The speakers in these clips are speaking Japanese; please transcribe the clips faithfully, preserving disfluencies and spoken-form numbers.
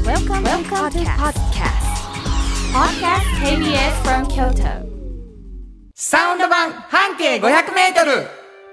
Welcome, Welcome to podcast. Podcast ケービーエス from Kyoto. サウンド版半径ごひゃくメートル。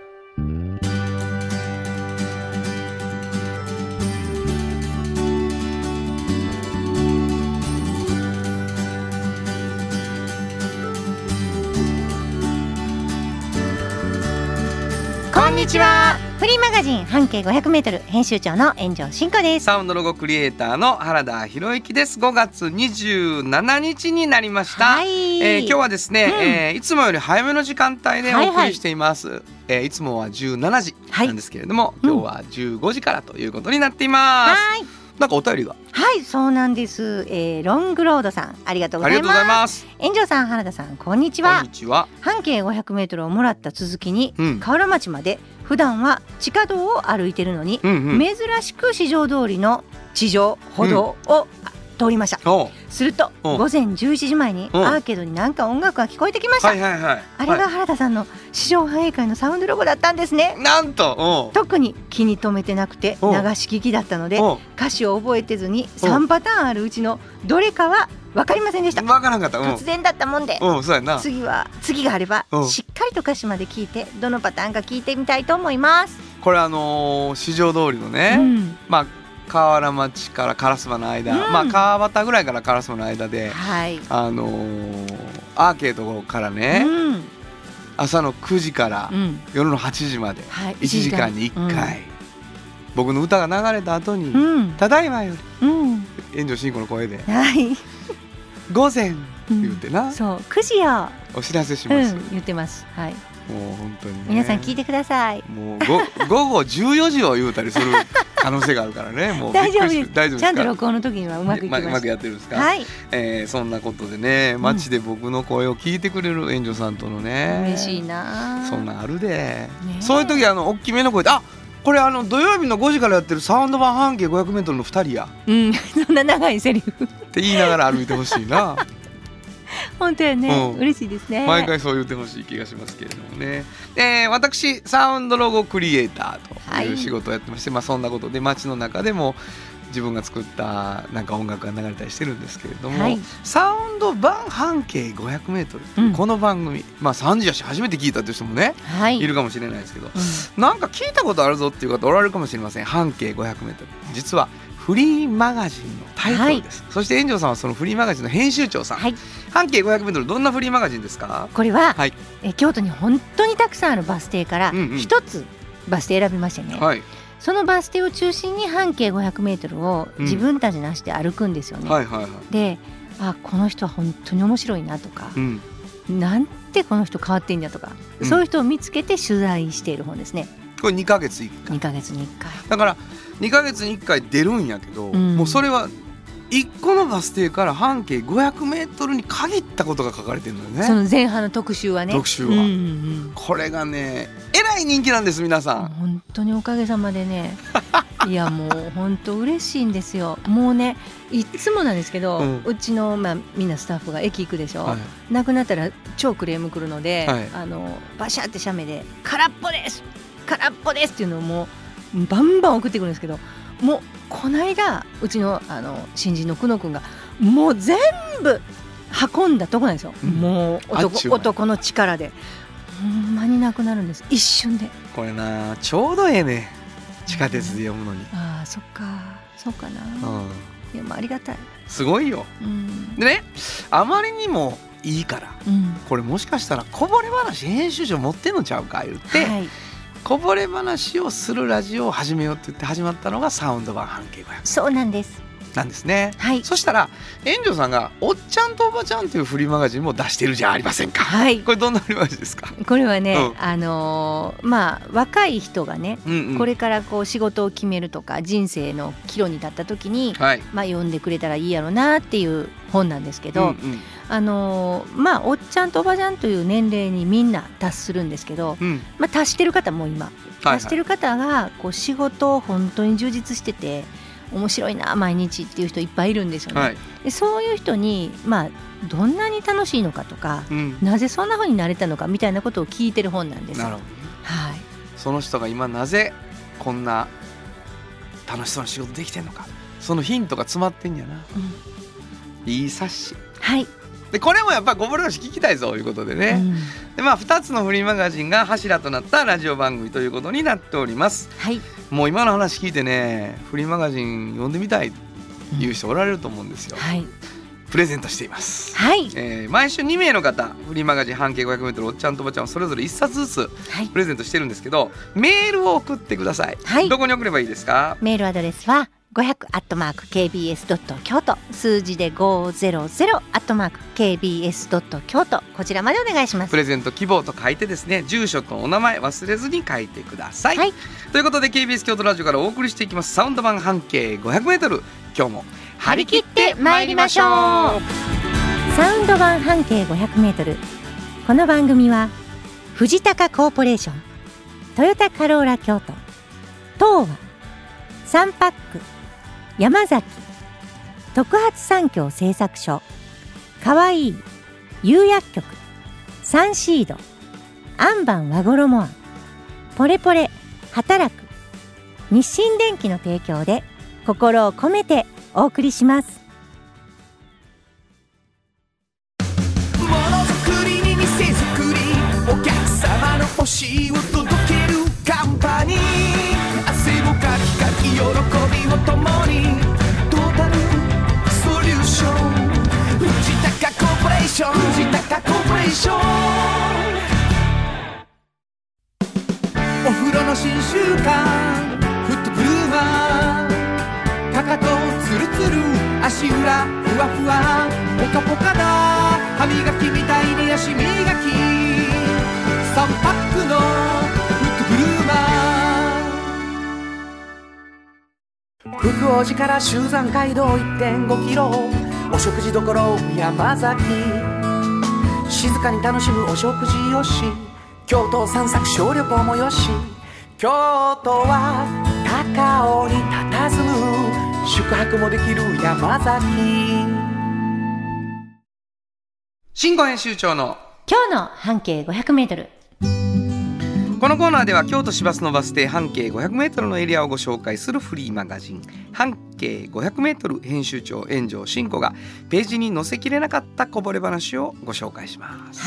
こんにちは。フリーマガジン半径ごひゃくメートル編集長の炎上真子です。 サウンドロゴクリエイターの原田博之です。ごがつにじゅうしちにちになりました、 はいえー、今日はですね、 うんえー、いつもより早めの時間帯でお送りしています、はいはいえー、いつもはじゅうしちじなんですけれども、はい、今日はじゅうごじからということになっています、はいなんかお便りがはいそうなんです、えー、ロングロードさんありがとうございます。ありがとうございます。炎上さん原田さんこんにちは。 こんにちは。 半径ごひゃくメートルをもらった続きに、 うん、 河原町まで普段は地下道を歩いてるのに、 うんうん、 珍しく四条通りの地上歩道を、うん通りました。すると午前じゅういちじまえにアーケードになんか音楽が聞こえてきました、はいはいはい、あれが原田さんの四条繁栄会のサウンドロゴだったんですね。 なんと特に気に留めてなくて流し聞きだったので歌詞を覚えてずにさんパターンあるうちのどれかは分かりませんでした。 分からんかった。 突然だったもんでそうやな。 次は次があればしっかりと歌詞まで聞いてどのパターンか聞いてみたいと思います。 これあのー、四条通りのね、うん、まあ河原町から烏丸の間、うん、まあ川端ぐらいから烏丸の間で、はい、あのー、アーケードからね、うん、朝のくじから夜のはちじまで、はい、いちじかんにいっかい、うん、僕の歌が流れた後に、うん、ただいまより、うん、炎上真子の声で、はい、午前って言ってな、 うん、そうくじよお知らせします、 うん、言ってます。はいもう本当に、ね、 皆さん聞いてください。 もう午後じゅうよじを言うたりする可能性があるからねもう大丈夫です。 大丈夫ですか。 ちゃんと録音の時にはうまくいきました、 ま、うまくやってるんですか。 はい、 えー、そんなことでね街で僕の声を聞いてくれる炎上さんとのね、 うん、嬉しいな。 そんなんあるで、ね、そういう時あの大きめの声であこれあの土曜日のごじからやってるサウンド版半径ごひゃくメートルのふたりや、 うん、そんな長いセリフって言いながら歩いてほしいな本当やね、うん、嬉しいですね。 毎回そう言ってほしい気がしますけれどもね、えー、私サウンドロゴクリエイターという仕事をやってまして、はいまあ、そんなことで街の中でも自分が作ったなんか音楽が流れたりしてるんですけれども、はい、サウンド版半径ごひゃくメートル、うん、この番組、まあ、さんじやし初めて聞いたという人もね、はい、いるかもしれないですけど、うん、なんか聞いたことあるぞっていう方おられるかもしれません。半径ごひゃくメートル実はフリーマガジンのタイトルです、はい、そして炎上さんはそのフリーマガジンの編集長さん、はい、半径ごひゃくメートルどんなフリーマガジンですか。 これは、はい、え京都に本当にたくさんあるバス停から一つバス停選びましてね、うんうんはい、そのバス停を中心に半径ごひゃくメートルを自分たちの足で歩くんですよね、うんはいはいはい、であこの人は本当に面白いなとか、うん、なんてこの人変わってんだとか、うん、そういう人を見つけて取材している本ですね。 これにかげついっかいにかげつにいっかいだからにかげつにいっかい出るんやけど、うん、もうそれはいっこのバス停から半径ごひゃくメートルに限ったことが書かれてるのよね。 その前半の特集はね特集は、うんうん、これがねえらい人気なんです皆さん。 本当におかげさまでねいやもう本当嬉しいんですよ。もうねいつもなんですけど、うん、うちの、まあ、みんなスタッフが駅行くでしょ、はい、なくなったら超クレーム来るので、はい、あのバシャって写メで空っぽです空っぽですっていうのをもうバンバン送ってくるんですけど、もうこの間うち の, あの新人の久野くんがもう全部運んだとこなんですよ、うん、もう 男, 男の力でほんまになくなるんです一瞬で。 これなちょうどええね地下鉄で読むのに、 うん、ああそっかそうかな、うん、いやまあありがたいすごいよ、うん、でねあまりにもいいから、うん、これもしかしたらこぼれ話編集長持ってんのちゃうか言って、はいこぼれ話をするラジオを始めようって言って始まったのがサウンド版半径ごひゃくそうなんですなんですね、 はい、 そしたら炎上さんがおっちゃんとおばちゃんというフリーマガジンも出してるじゃありませんか、はい、これどんなフリーマガジンですか。 これはね、うん、あのー、まあ若い人がね、うんうん、これからこう仕事を決めるとか人生の岐路に立った時に、はいまあ、読んでくれたらいいやろなっていう本なんですけど、うんうんあのー、まあおっちゃんとおばちゃんという年齢にみんな達するんですけど、うんまあ、達してる方も今達してる方がこう仕事を本当に充実してて面白いな毎日っていう人いっぱいいるんですよね、はい、でそういう人に、まあ、どんなに楽しいのかとか、うん、なぜそんな風になれたのかみたいなことを聞いてる本なんですよ。 なるほど、はい、その人が今なぜこんな楽しそうな仕事できてるのかそのヒントが詰まってんやな、うん、いい冊子。 はいでこれもやっぱこぼれ話聞きたいぞということでね、うん、でまあふたつのフリーマガジンが柱となったラジオ番組ということになっております、 はい、 もう今の話聞いてねフリーマガジン読んでみたいという人おられると思うんですよ、 うんはい、 プレゼントしています、 はいえー、毎週にめいの方フリーマガジン半径 ごひゃくメートル おっちゃんとおばちゃんをそれぞれいっさつずつプレゼントしてるんですけど、メールを送ってください、はい、どこに送ればいいですか？ メールアドレスはごひゃくアットマーク ケービーエスドット京都数字でごひゃくアットマーク ケービーエスドット京都こちらまでお願いします。 プレゼント希望と書いてですね住所とお名前忘れずに書いてください、はい、ということで ケービーエス 京都ラジオからお送りしていきますサウンド版半径 ごひゃくメートル 今日も張り切ってまいりましょう。 サウンド版半径 ごひゃくメートル この番組は藤高コーポレーショントヨタカローラ京都東和サンパック山崎特発産業製作所かわいい釉薬局サンシードアンバン和衣あんポレポレ働く日清電機の提供で心を込めてお送りします。 ものづくりに店づくりお客様の欲しいを届けるカンパニー汗をかきかき喜びを共にトータルソリューション藤高コーポレーション藤高コーポレーションお風呂の新習慣フットブルーマーかかとツルツル足裏ふわふわポカポカだ歯磨きみたいに足磨きさんパックのフットブルーマー福王寺から集山街道 いってんごキロお食事処山崎静かに楽しむお食事よし京都散策小旅行もよし京都は高尾に佇む宿泊もできる山崎新語編集長の今日の半径 ごひゃくメートル。 このコーナーでは京都市バスのバス停半径 ごひゃくメートル のエリアをご紹介するフリーマガジン半径 ごひゃくメートル 編集長円城真子がページに載せきれなかったこぼれ話をご紹介します。 はい、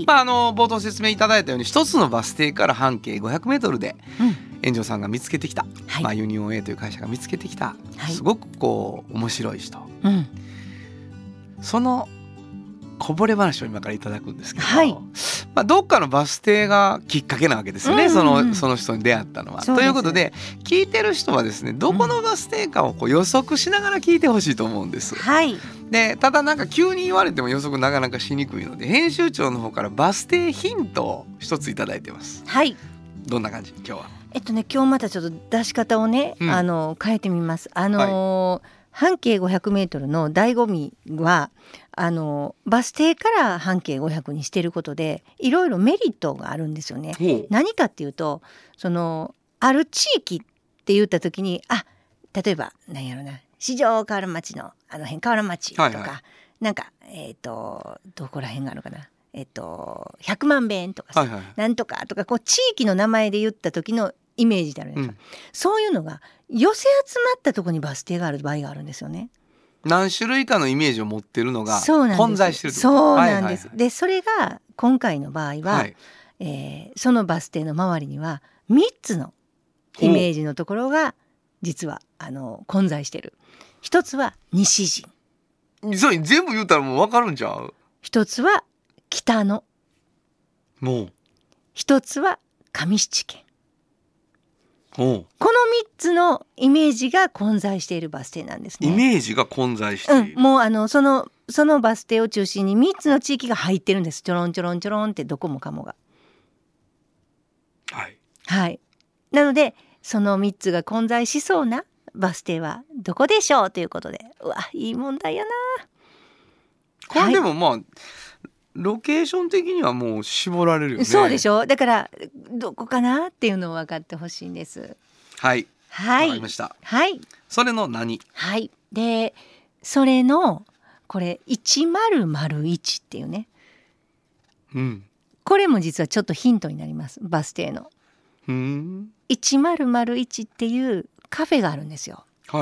まあ、あの冒頭説明いただいたように一つのバス停から半径 ごひゃくメートル で、うん円城さんが見つけてきた、はいまあ、ユニオン A という会社が見つけてきた、はい、すごくこう面白い人、うん、そのこぼれ話を今からいただくんですけど、はいまあ、どっかのバス停がきっかけなわけですよね、うんうんうん、その、その人に出会ったのは。ということで聞いてる人はですねどこのバス停かをこう予測しながら聞いてほしいと思うんです、 はい、 でただなんか急に言われても予測なかなかしにくいので編集長の方からバス停ヒントを一ついただいてます。 はいどんな感じ今日は？ えっとね今日またちょっと出し方をね、うん、あの変えてみます。あのーはい、半径 ごひゃくメートル の醍醐味はあのバス停から半径ごひゃくにしていることでいろいろメリットがあるんですよね。何かっていうとそのある地域って言った時にあ例えば何やろな四条河原町のあの辺河原町とか、はいはい、なんかえっ、ー、とどこら辺があるかなえっ、ー、とひゃくまんべんとかさ、はいはい、なんとかとかこう地域の名前で言った時のイメージであるんですか、うん、そういうのが寄せ集まったところにバス停がある場合があるんですよね。 何種類かのイメージを持ってるのが混在してるってこと。 そうなんです。でそれが今回の場合は、はいえー、そのバス停の周りにはみっつのイメージのところが実はあの混在してる。一つは西陣。 それ全部言うたらもう分かるんちゃう？ 一つは北野。 もう一つは上七軒。このみっつのイメージが混在しているバス停なんですね。 イメージが混在している、 うん、もうあのそのそのバス停を中心にみっつの地域が入ってるんです。ちょろんちょろんちょろんってどこもかもがはい、 はい、なのでそのみっつが混在しそうなバス停はどこでしょうということでうわいい問題やな。 これでもまあ、はいロケーション的にはもう絞られるよね。 そうでしょ。だからどこかなっていうのを分かってほしいんです。 はいはい分かりました。 はいそれの何？ はいでそれのこれいちまるまるいちっていうね、うん、これも実はちょっとヒントになります。バス停のうーんいちまるまるいちっていうカフェがあるんですよ。 はい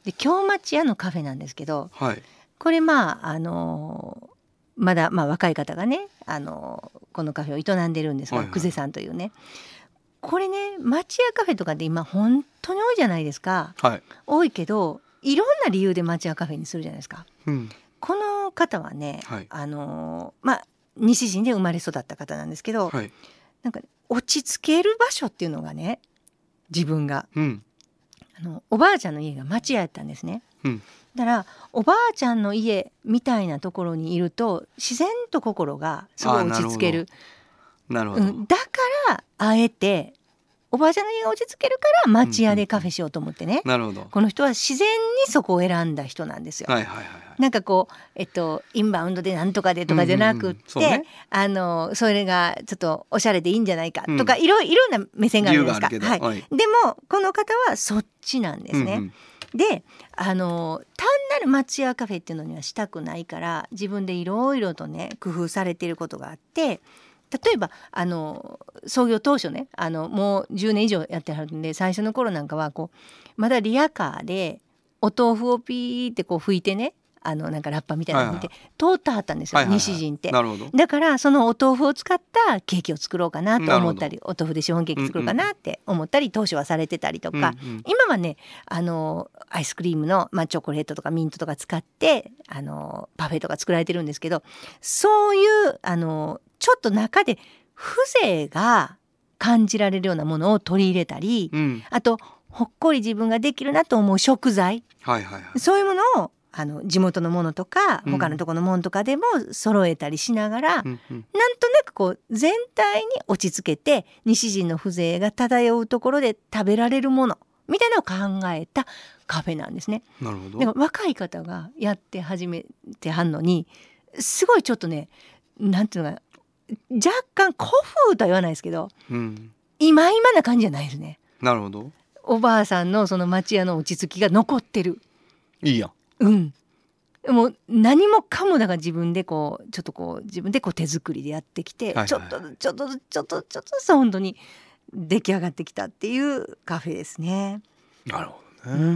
で京町屋のカフェなんですけど、 はい、 これまああのまだまあ若い方がね、あのこのカフェを営んでるんですが、はいはい、久世さんというね、これね町屋カフェとかで今本当に多いじゃないですか、 はい、 多いけどいろんな理由で町屋カフェにするじゃないですか、 うん、 この方はね、 はい、 あのまあ西陣で生まれ育った方なんですけど、 はい、 なんか落ち着ける場所っていうのがね、自分が、 うん、 あのおばあちゃんの家が町屋やったんですね、 うん、 だからおばあちゃんの家みたいなところにいると自然と心がすごい落ち着ける。 なるほど、 うん、だからあえておばあちゃんの家が落ち着けるから町屋でカフェしようと思ってね、 うんうん、なるほど、 この人は自然にそこを選んだ人なんですよ、 はいはいはいはい、 なんかこう、えっと、インバウンドでなんとかでとかじゃなくって、うんうんうん、 そ, ね、あのそれがちょっとおしゃれでいいんじゃないかとか、うん、いろいろな目線があるじゃないですか、はいはい、でもこの方はそっちなんですね、うんうん、であの単なる町屋カフェっていうのにはしたくないから自分でいろいろとね工夫されていることがあって、例えばあの創業当初ね、あのもうじゅうねん以上やってはるんで、最初の頃なんかはこうまだリアカーでお豆腐をピーってこう拭いてね、あのなんかラッパみたいなのを拭いて、はいはい、通ってはったんですよ、はいはいはい、西陣って。なるほど。だからそのお豆腐を使ったケーキを作ろうかなと思ったり、お豆腐でシフォンケーキ作ろうかなって思ったり、うんうん、当初はされてたりとか、うんうん、今はねあのアイスクリームの、まあ、チョコレートとかミントとか使ってあのパフェとか作られてるんですけど、そういうあのちょっと中で風情が感じられるようなものを取り入れたり、うん、あとほっこり自分ができるなと思う食材、はいはいはい、そういうものをあの地元のものとか他のところのものとかでも揃えたりしながら、うんうん、なんとなくこう全体に落ち着けて西陣の風情が漂うところで食べられるものみたいなのを考えたカフェなんですね。 なるほど。 だから若い方がやって始めてはんのにすごいちょっとね、なんていうのかな、若干古風とは言わないですけど、うん、今今な感じじゃないですね。 なるほど。 おばあさんのその町屋の落ち着きが残ってる。 いいやん。 うん。もう何もかもだから自分でこうちょっとこう自分でこう手作りでやってきて、はいはい、ちょっとちょっとちょっとちょっとずつ本当に出来上がってきたっていうカフェですね。 なるほどね。うん、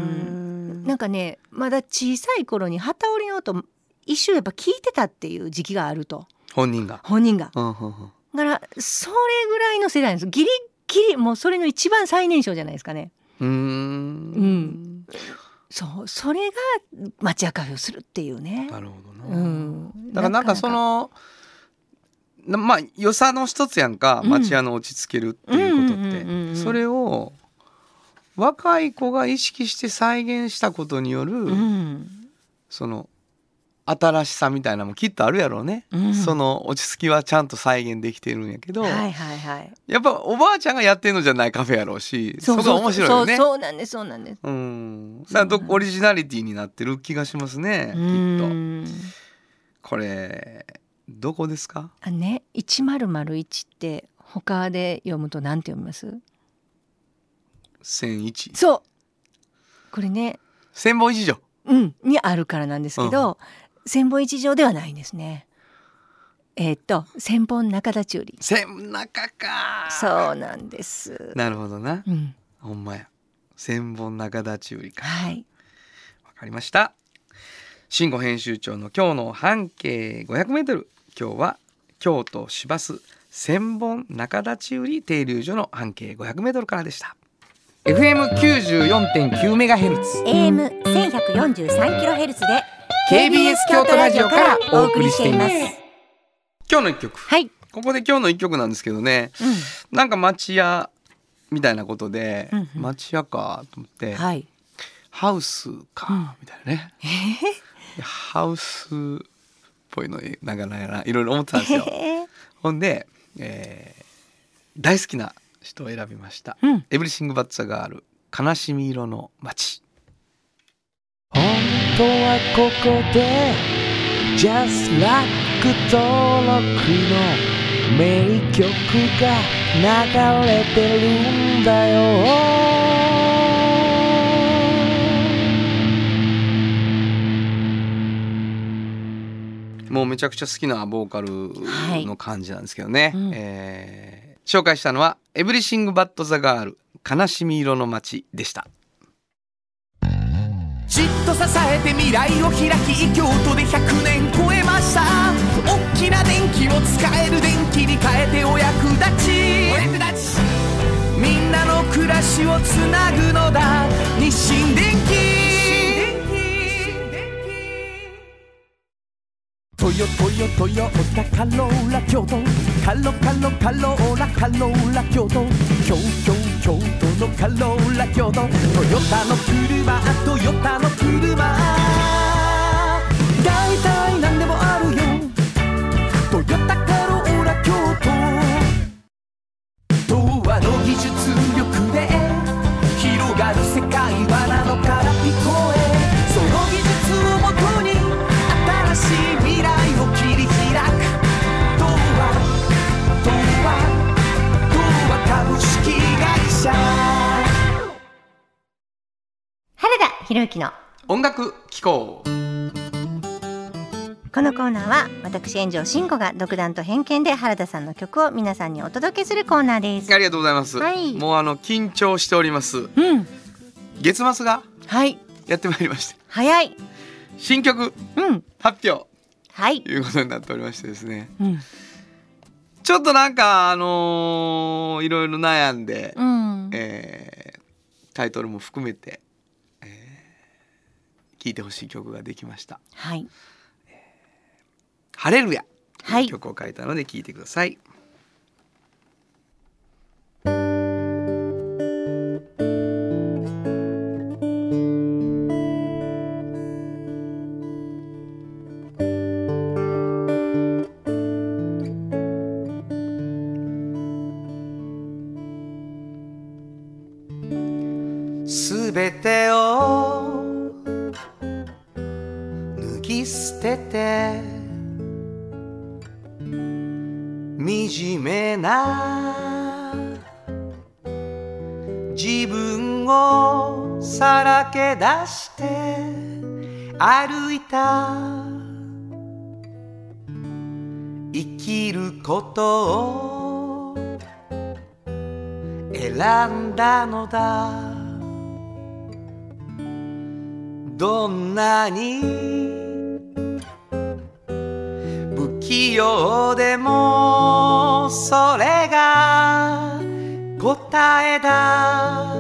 なんかねまだ小さい頃に機織りの音一瞬やっぱ聞いてたっていう時期があると。 本人が本人が、 うんうんうん、 だからそれぐらいの世代なんです。ギリギリもうそれの一番最年少じゃないですかね。 うーん、うん、 そうそれが町屋カフェをするっていうね。 なるほどな、うん、だからなんかそのまあ良さの一つやんか、うん、町屋の落ち着けるっていうことって、うんうんうんうん、それを若い子が意識して再現したことによる、うん、その新しさみたいなのもきっとあるやろうね、うん、その落ち着きはちゃんと再現できてるんやけど、 はいはいはい、 やっぱおばあちゃんがやってるのじゃないカフェやろうし、そこが面白いよね。 そうそうそうなんですそうなんです、 うん、だからオリジナリティになってる気がしますね、きっと。これどこですか？ あね、いちまるまるいちって他で読むと何て読みます？ せんいち。 そうこれね千本一条、 うん、にあるからなんですけど、うん、千本一条ではないんですね。えー、っと千本中立売り。 千中か。 そうなんです。 なるほどな、 うん、 ほんまや千本中立売りか。 はい、 わかりました。慎吾編集長の今日の半径ごひゃくメートル、今日は京都市バス千本中立売停留所の半径ごひゃくメートルからでした。 エフエムきゅうじゅうよんてんきゅうメガヘルツ、 エーエムせんひゃくよんじゅうさんキロヘルツ でケービーエス 京都ラジオからお送りしています。今日の一曲、 はい、 ここで今日の一曲なんですけどね、うん、なんか町屋みたいなことで、うんうん、町屋かと思って、はい、ハウスかみたいなね、うん、えー、ハウスっぽいのなんかないないろいろ思ってたんですよ、えー、ほんで、えー、大好きな人を選びました、うん、エブリシングバッツァガール、悲しみ色の街。 本当はここで Just Like 登録の名曲が流れてるんだよ。 もうめちゃくちゃ好きなボーカルの感じなんですけどね、はい、うん、えー、紹介したのはエブリシングバットザガール、悲しみ色の街でした。 じっと支えて未来を開き京都でひゃくねん超えました。大きな電気を使える電気に変えてお役立ち、お役立ちみんなの暮らしをつなぐのだ日清電気。トヨトヨトヨタカローラ京都カロカロカローラカローラ京都京京京都のカローラ京都トヨタの車トヨタの車だいたいなんでもあるよトヨタカローラ京都東和の技術力で広がる世界はなのから聞こえその技術をもとに新しい未来を切り開く東和東和東和株式会社原田博之の音楽機構。 このコーナーは私炎上真子が独断と偏見で原田さんの曲を皆さんにお届けするコーナーです。 ありがとうございます、はい、もうあの緊張しております、うん、月末がやってまいりまして、 はい、早い新曲、うん、発表、 はい、 ということになっておりましてですね、うん、ちょっとなんかあのー、いろいろ悩んで、うんえー、タイトルも含めて、えー、聴いてほしい曲ができました。 はいハレルヤという曲を書いたので聴いてください。 すべてを脱ぎ捨てて惨めな自分をさらけ出して歩いた生きることを選んだのだどんなに不器用でもそれが答えだ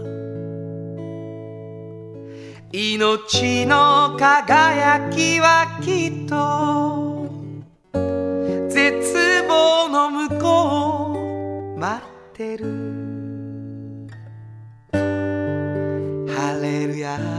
命の輝きはきっと絶望の向こう待ってるハレルヤ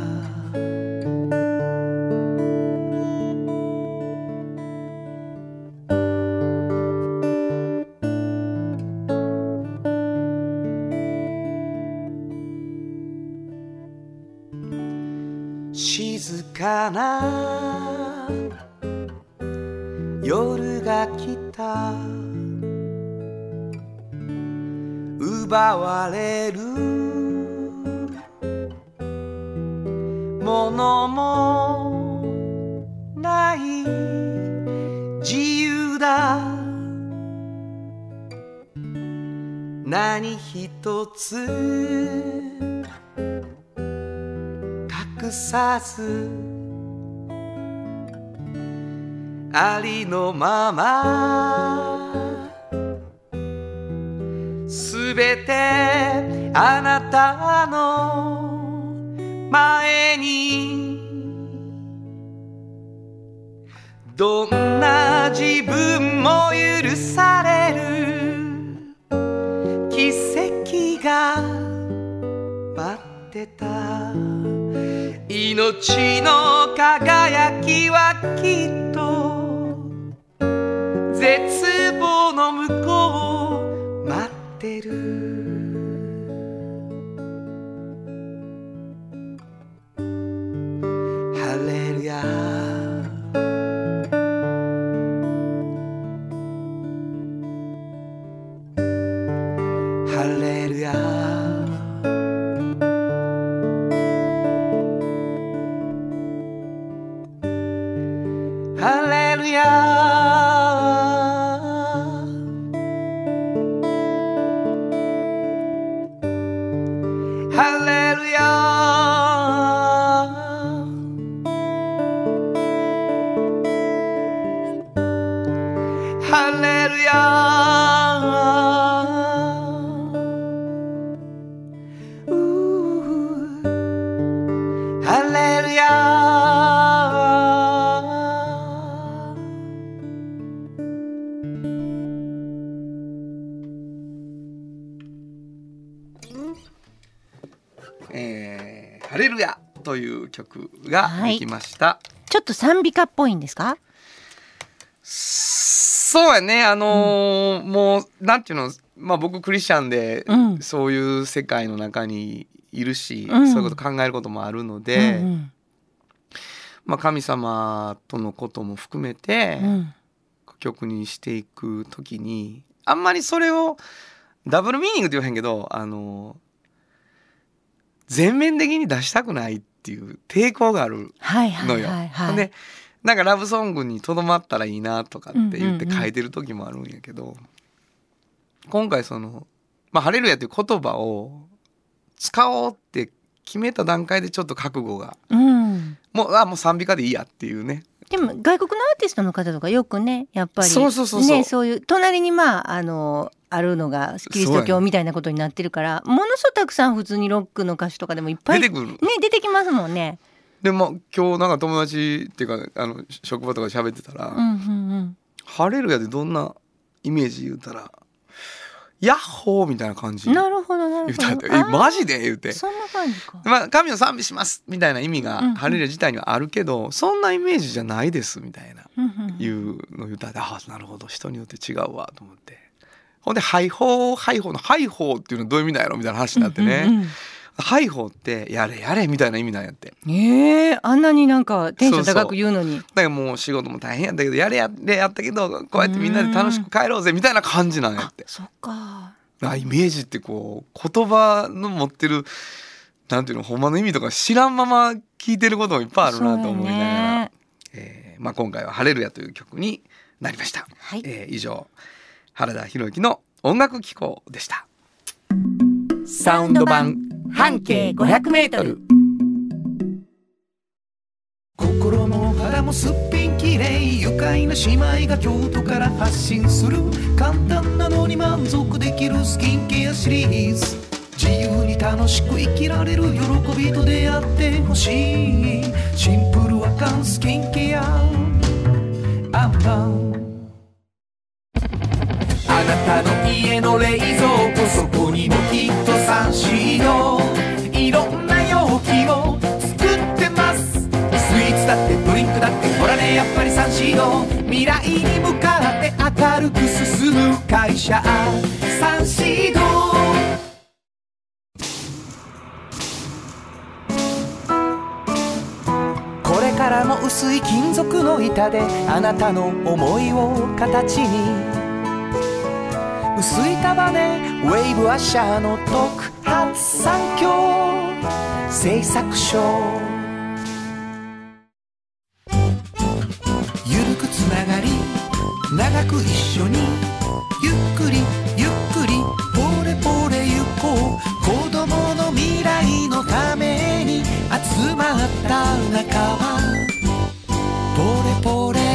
静かな夜が来た奪われるものもない自由だ何一つ隠さずありのまますべてあなたの前にどんな自分も許される奇跡が待ってた命の輝きはきっと絶望の向こう待ってるハレルヤハレルヤハレルヤハレルヤルヤハレルヤえー、ハレルヤという曲ができました、はい、 ちょっと賛美歌っぽいんですか？ そうやね、あのーうん、もうなんていうの、まあ、僕クリスチャンで、うん、そういう世界の中にいるし、うん、そういうこと考えることもあるので、うんうん、まあ、神様とのことも含めて、うん、曲にしていくときにあんまりそれをダブルミーニングって言わへんけど、あの全面的に出したくないっていう抵抗があるのよ。はいはいはいはい、でなんかラブソングにとどまったらいいなとかって言って書いてる時もあるんやけど、うんうんうん、今回その、まあ、ハレルヤという言葉を使おうって決めた段階でちょっと覚悟が、うん、もうあもう賛美歌でいいやっていうね。 でも外国のアーティストの方とかよくねやっぱりそうそうそうそう、ね、そういう隣にまああのあるのがキリスト教みたいなことになってるから、ものすごくたくさん普通にロックの歌手とかでもいっぱい出てくる、ね、 出てきますもんね。 でも今日なんか友達っていうかあの職場とかで喋ってたら、うんうんうん、ハレルヤでどんなイメージ言うたらヤッホーみたいな感じ。 なるほどなるほど。 えマジで言うて。 そんな感じか。 まあ神を賛美しますみたいな意味がハレルヤ自体にはあるけど、うんうん、そんなイメージじゃないですみたいな、うんうん、いうのを言ったら、あなるほど人によって違うわと思って。ほんでハイホーハイホーのハイホーっていうのはどういう意味なんやろみたいな話になってね。うんうんうん、ハイホーってやれやれみたいな意味なんやって。 えー、あんなになんかテンション高く言うのに。 そうそうだからもう仕事も大変やったけどやれやれやったけどこうやってみんなで楽しく帰ろうぜみたいな感じなんやって。 そっか。 あイメージってこう言葉の持ってるなんていうのほんまの意味とか知らんまま聞いてることもいっぱいあるなと思いながら、えーまあ、今回はハレルヤという曲になりました、はいえー、以上原田博之の音楽機構でした。 サウンド版半径ごひゃくメートル、心も肌もすっぴんきれい愉快な姉妹が京都から発信する簡単なのに満足できるスキンケアシリーズ、自由に楽しく生きられる喜びと出会ってほしいシンプルアカンスキンケアアンパン、あなたの家の冷蔵庫そこにもきっとサンシードいろんな容器を作ってます、スイーツだってドリンクだってほらねやっぱりサンシード未来に向かって明るく進む会社サンシード、これからも薄い金属の板であなたの思いを形に薄い束ねウェーブアッシャーの特発産業製作所、ゆるくつながり長く一緒にゆっくりゆっくりポレポレゆこう子供の未来のために集まった仲間ポレポレ、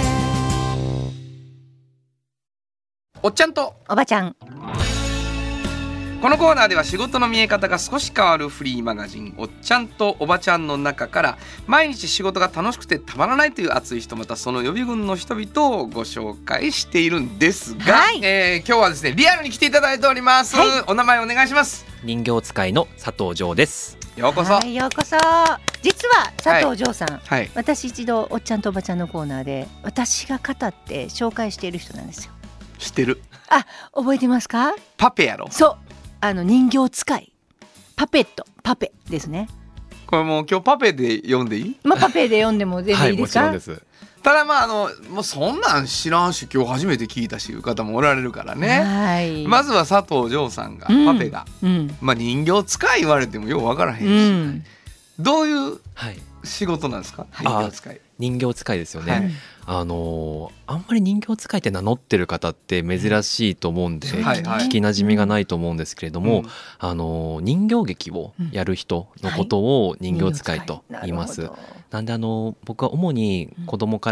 おっちゃんとおばちゃん。 このコーナーでは仕事の見え方が少し変わるフリーマガジンおっちゃんとおばちゃんの中から毎日仕事が楽しくてたまらないという熱い人またその予備軍の人々をご紹介しているんですが、はいえー、今日はですねリアルに来ていただいております、はい、お名前お願いします。 人形使いの佐藤城です。 ようこそ、 はい、ようこそ。実は佐藤城さん、はいはい、私一度おっちゃんとおばちゃんのコーナーで私が語って紹介している人なんですよ。 知ってる。 あ、覚えてますか。 パペやろ。 そうあの人形使いパペットパペですね。 これもう今日パペで読んでいい？ まあ、パペで読んでも全然いいですか？ はい、もちろんです。 ただまああのもうそんなん知らんし今日初めて聞いたしいう方もおられるからね、はい、まずは佐藤城さんが、うん、パペが、うんまあ、人形使い言われてもよう分からへんし、うん、どういう仕事なんですか、はい、人形使い。 人形使いですよね、はい、あのあんまり人形使いって名乗ってる方って珍しいと思うんで、うんはいはい、聞きなじみがないと思うんですけれども、うん、あの人形劇をやる人のことを人形使いと言います、うんはい、なんであの僕は主に子供から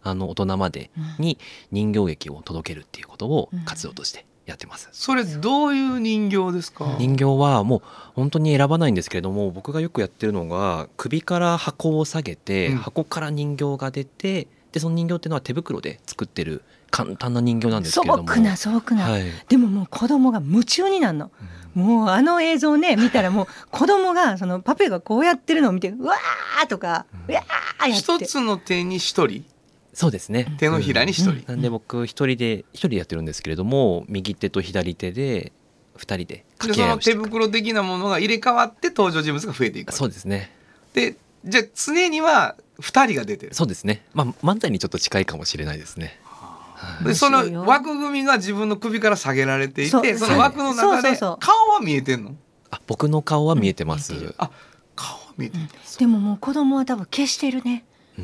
あの大人までに人形劇を届けるっていうことを活動としてやってます。 それどういう人形ですか？ 人形はもう本当に選ばないんですけれども、僕がよくやってるのが首から箱を下げて、うん、箱から人形が出て、でその人形っていうのは手袋で作ってる簡単な人形なんですけれども、 素朴な素朴な、はい、でももう子供が夢中になるの、うん、もうあの映像ね見たらもう子供がそのパペがこうやってるのを見てうわーとか、うん、うわーやって、 一つの手に一人、 そうですね、 手のひらに一人、うん、 なんで僕一人で一人でやってるんですけれども、右手と左手で二人で掛け合いをしていく。 その手袋的なものが入れ替わって登場人物が増えていく。 そうですね。 でじゃあ常には二人が出てる。 そうですね、まあ、漫才にちょっと近いかもしれないですね。 でその枠組みが自分の首から下げられていて、その枠の中で顔は見えてんの？ あ、僕の顔は見えてます、うん、 あ、顔は見えてる、うん、 でももう子供は多分消してるね。うん、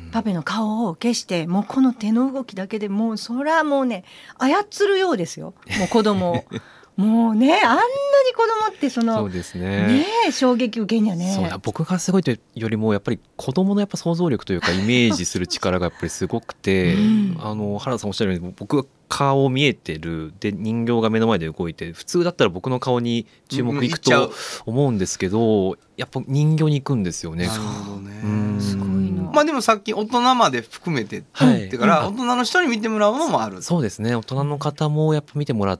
パペの顔を消して、もうこの手の動きだけでもうそれはもうね操るようですよ、もう子供をもうね、あんなに子供ってそのそうですね、 ね衝撃受けんやね。 そうだ、僕がすごいというよりもやっぱり子供のやっぱ想像力というかイメージする力がやっぱりすごくて、うん、あの原田さんおっしゃるように僕が顔見えてるで人形が目の前で動いて、普通だったら僕の顔に注目いくと思うんですけど、やっぱ人形に行くんですよね。 なるほどね、 うん、 すごいな。 まあでもさっき大人まで含めてって言ってから、はい、大人の人に見てもらうのもある。 そうですね、大人の方もやっぱ見てもらって、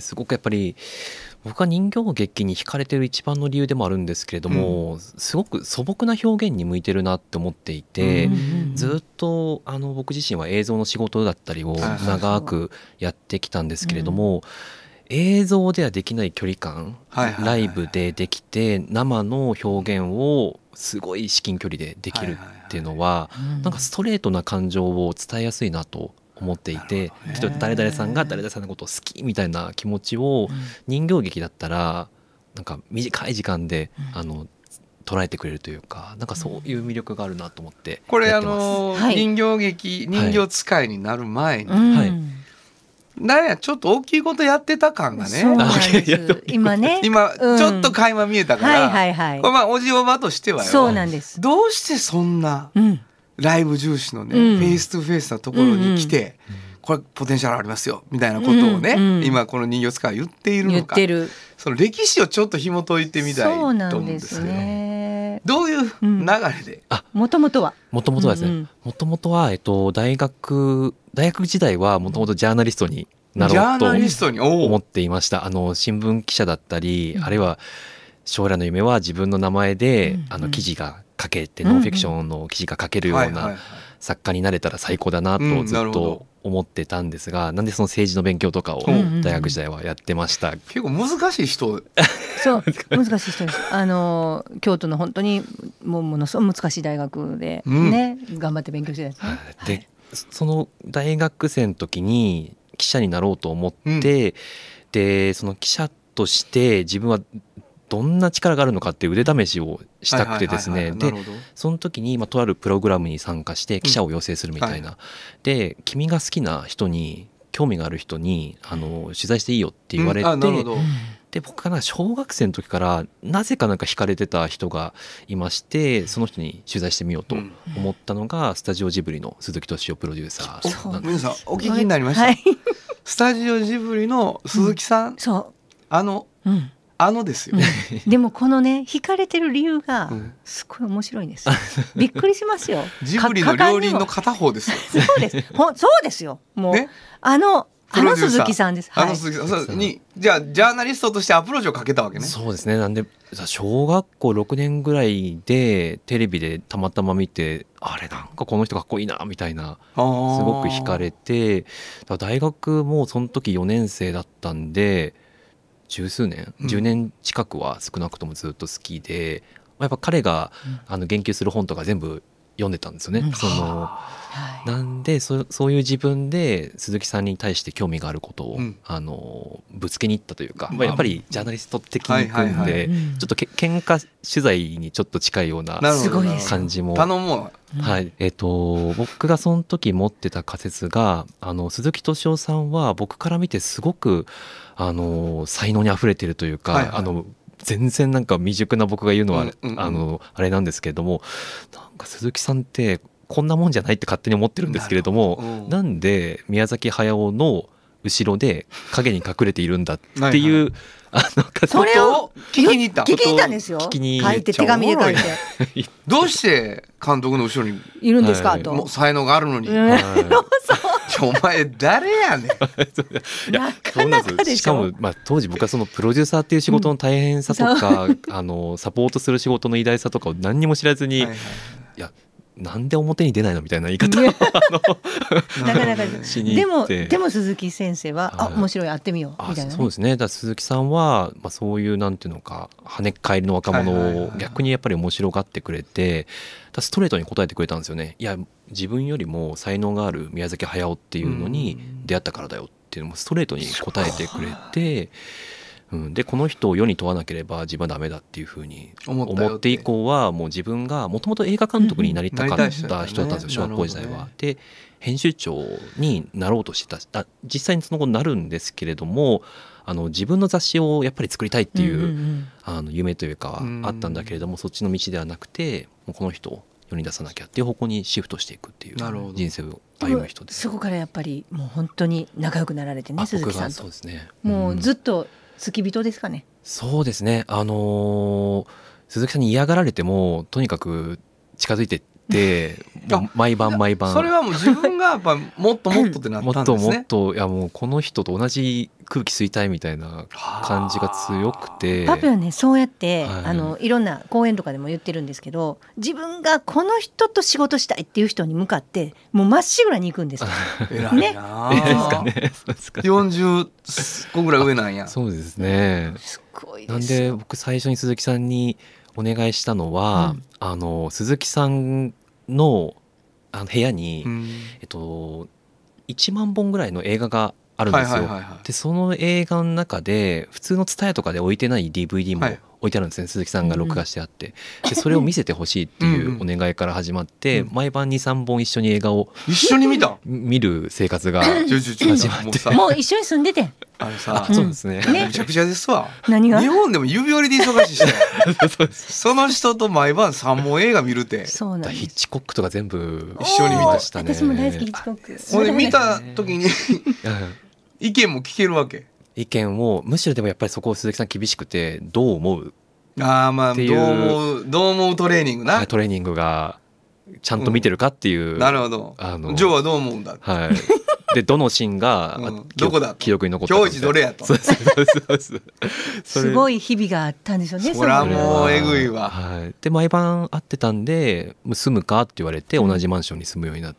すごくやっぱり僕は人形劇に惹かれてる一番の理由でもあるんですけれども、うん、すごく素朴な表現に向いてるなって思っていて、うん、ずっとあの僕自身は映像の仕事だったりを長くやってきたんですけれども、うん、映像ではできない距離感、はいはいはい、ライブでできて生の表現をすごい至近距離でできるっていうのは、なんかストレートな感情を伝えやすいなと思っていて、きっと誰々さんが誰々さんのことを好きみたいな気持ちを人形劇だったらなんか短い時間であの捉えてくれるというか、なんかそういう魅力があるなと思ってやってます。 これあの、はい、人形劇人形使いになる前に、はい、なんやちょっと大きいことやってた感がね。 そうなんです今ね今ちょっと垣間見えたから、 うんはいはいはい、 まあおじおばとしてはよ、 そうなんです。 どうしてそんな、うんライブ重視のね、うん、フェイストゥフェイスなところに来て、うんうん、これポテンシャルありますよみたいなことをね、うんうん、今この人形使い言っているのか、言ってる、その歴史をちょっと紐解いてみたいと思うんですけど、ね、どういう流れで、 あ、もともとはもともとはですね、もともとは、えっと、大学大学時代はもともとジャーナリストになろうと思っていました。あの新聞記者だったり、うん、あるいは将来の夢は自分の名前で、うん、あの記事が書けて、ノンフィクションの記事が書けるような作家になれたら最高だなとずっと思ってたんですが、なんでその政治の勉強とかを大学時代はやってました。 結構難しい人そう難しい人です。あの京都の本当にもうものすごい難しい大学でね、うん、頑張って勉強してたんですね。 で、はい、その大学生の時に記者になろうと思って、うん、でその記者として自分はどんな力があるのかっていう腕試しをしたくてですね、でその時に、まあ、とあるプログラムに参加して記者を養成するみたいな、うんはい、で君が好きな人に興味がある人にあの取材していいよって言われて、うん、で僕が小学生の時からなぜかなんか惹かれてた人がいまして、その人に取材してみようと思ったのが、うん、スタジオジブリの鈴木敏夫プロデューサーなんです。 皆さんお聞きになりました、はい、スタジオジブリの鈴木さん、うん、 そうあの、うんあのですよ、 うん、でもこのね惹かれてる理由がすごい面白いんです、うん、びっくりしますよ。 ジブリの両輪の片方ですよ。 そうですほそうですよもう、ね、あのあの鈴木さんです。 あの鈴木さんにじゃあジャーナリストとしてアプローチをかけたわけね。 そうですね。なんで小学校ろくねんぐらいでテレビでたまたま見て、あれなんかこの人かっこいいなみたいな、すごく惹かれて、大学もその時よねん生だったんで十数年、じゅうねん近くは少なくともずっと好きで、やっぱ彼が、うん、あの言及する本とか全部読んでたんですよね、うん、そのなんで そ, そういう自分で鈴木さんに対して興味があることを、うん、あのぶつけに行ったというか、まあ、やっぱりジャーナリスト的に組んで、ちょっとけ喧嘩取材にちょっと近いような感じも、 頼もう、 はいえー、と僕がその時持ってた仮説が、あの鈴木敏夫さんは僕から見てすごくあの才能にあふれてるというか、はいはい、あの全然なんか未熟な僕が言うのは、うんうんうん、あのあれなんですけれども、なんか鈴木さんってこんなもんじゃないって勝手に思ってるんですけれども、 な, なんで宮崎駿の後ろで影に隠れているんだっていうはい、はい、あのそれを聞きに行った聞きに行ったんですよ。書いて手紙で書いてどうして監督の後ろにいるんですか、はい、ともう才能があるのに、はい、お前誰やねんなかなかでしょ。 しかも、まあ、当時僕はそのプロデューサーっていう仕事の大変さとか、うん、あのサポートする仕事の偉大さとかを何にも知らずに、はいはい、いやなんで表に出ないのみたいな言い方をなかなかしに行ってでもでも鈴木先生は、はい、あ面白いやってみようみたいな、ね、 そうですね。だから鈴木さんは、まあ、そういうなんていうのか跳ねっ返りの若者を逆にやっぱり面白がってくれて、だストレートに答えてくれたんですよね。いや自分よりも才能がある宮崎駿っていうのに出会ったからだよっていうのもストレートに答えてくれて、うん、でこの人を世に問わなければ自分はダメだっていうふうに思って以降はもう自分がもともと映画監督になりたかった人だったんですよ、小学校時代は。で編集長になろうとしてた、実際にその後になるんですけれども、あの自分の雑誌をやっぱり作りたいっていう、うんうんうん、あの夢というかはあったんだけれども、そっちの道ではなくてもうこの人を世に出さなきゃっていう方向にシフトしていくっていう人生を歩む人です。 そこからやっぱりもう本当に仲良くなられてね、鈴木さんと。 そうですね、 もうずっと付き人ですかね。 そうですね、あのー、鈴木さんに嫌がられてもとにかく近づいてってもう毎晩毎晩それはもう自分がやっぱもっともっとってなったんですね。 もっともっといやもうこの人と同じ空気吸いたいみたいな感じが強くて、 パピはねそうやって、はい、あのいろんな講演とかでも言ってるんですけど、自分がこの人と仕事したいっていう人に向かってもうまっしぐらに行くんですよ偉いな、ね、ですかねよんじゅっこぐらい上なんや。 そうですね、 すごいです。 なんで僕最初に鈴木さんにお願いしたのは、うん、あの鈴木さんのあの部屋に、うん、えっと、いちまんぼんぐらいの映画があるんですよ、はいはいはいはい、でその映画の中で普通のTSUTAYAとかで置いてない ディーブイディー も置いてあるんですね、はい、鈴木さんが録画してあって、うん、でそれを見せてほしいっていうお願いから始まって、うんうん、毎晩 にさんぼん一緒に映画を一緒に見た見る生活が始まってもう一緒に住んでてあれさ、 そうですね、 めちゃくちゃですわ。 何が日本でも指折りで忙しいしてその人と毎晩さんぼん映画見るて。 そうなんです。 ヒッチコックとか全部一緒に見ましたね。私も大好きヒッチコック。 ほんで見た時に意見も聞けるわけ。 意見をむしろでもやっぱりそこを鈴木さん厳しくてどう思うああまあどう思うどう思うトレーニングな、 はい、トレーニングがちゃんと見てるかっていう、うん、 なるほど。あのジョーはどう思うんだって、 はいでどのシーンが、うん、 どこだ記憶に残ったか今日どれやとすごい日々があったんでしょうね。 それはもうえぐいわ、 はい、で毎晩会ってたんで住むかって言われて同じマンションに住むようになって、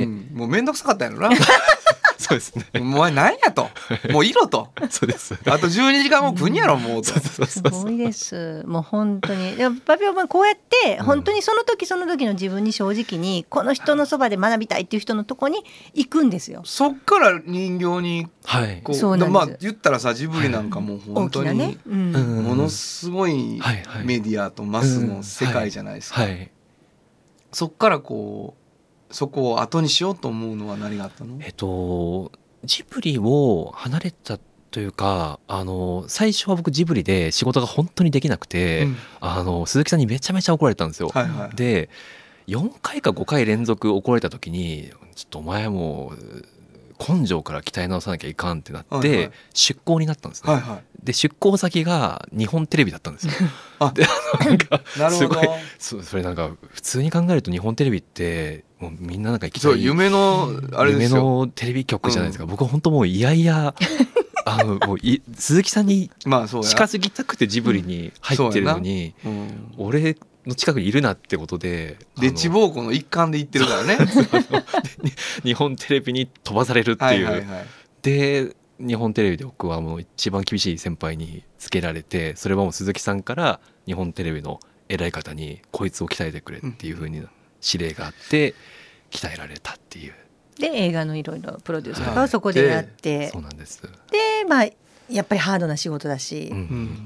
うん、もうめんどくさかったんやろなそうですね。 お前何やともういろとそうですあとじゅうにじかんも来んやろもうとすごいです。もう本当にパピオはこうやって本当にその時その時の自分に正直にこの人のそばで学びたいっていう人のとこに行くんですよ。 そっから人形にこう、 そうなんです。 まあ言ったらさジブリなんかもう本当に、ねうん、ものすごいメディアとマスの世界じゃないですか、はいはいはい、そっからこうそこを後にしようと思うのは何があったの？ えっとジブリを離れたというかあの最初は僕ジブリで仕事が本当にできなくて、うん、あの鈴木さんにめちゃめちゃ怒られたんですよ、はいはい、でよんかいかごかい連続怒られた時にちょっとお前もう根性から鍛え直さなきゃいかんってなって、はいはい、出向になったんですね、はいはい、で出向先が日本テレビだったんですよあでなんかすごいそ, それなんか普通に考えると日本テレビってもうみんななんか行きたいそう夢のあれですよ夢のテレビ局じゃないですか、うん、僕は本当もういやいやあのもうい鈴木さんに近づきたくてジブリに入ってるのに、うん、俺の近くにいるなってことでで地方校の一環で行ってるからね日本テレビに飛ばされるっていう、はいはいはい、で日本テレビで僕はもう一番厳しい先輩につけられてそれはもう鈴木さんから日本テレビの偉い方にこいつを鍛えてくれっていう風に指令があって鍛えられたっていうで映画のいろいろプロデュースとかをそこでやって、はい、 そうなんですでまあやっぱりハードな仕事だし、うんうん、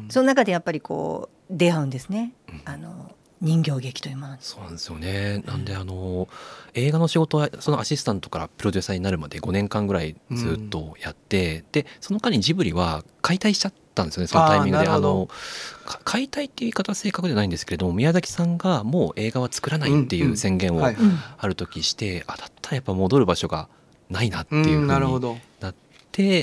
その中でやっぱりこう出会うんですね、うん、あの人形劇というものに。 そうなんですよね。なんであの映画の仕事はそのアシスタントからプロデューサーになるまでごねんかんぐらいずっとやって、うん、でその間にジブリは解体しちゃっったんですよね、そのタイミングで。あの解体っていう言い方正確じゃないんですけれども、宮崎さんがもう映画は作らないっていう宣言をある時して、あだったらやっぱ戻る場所がないなっていうふうになって、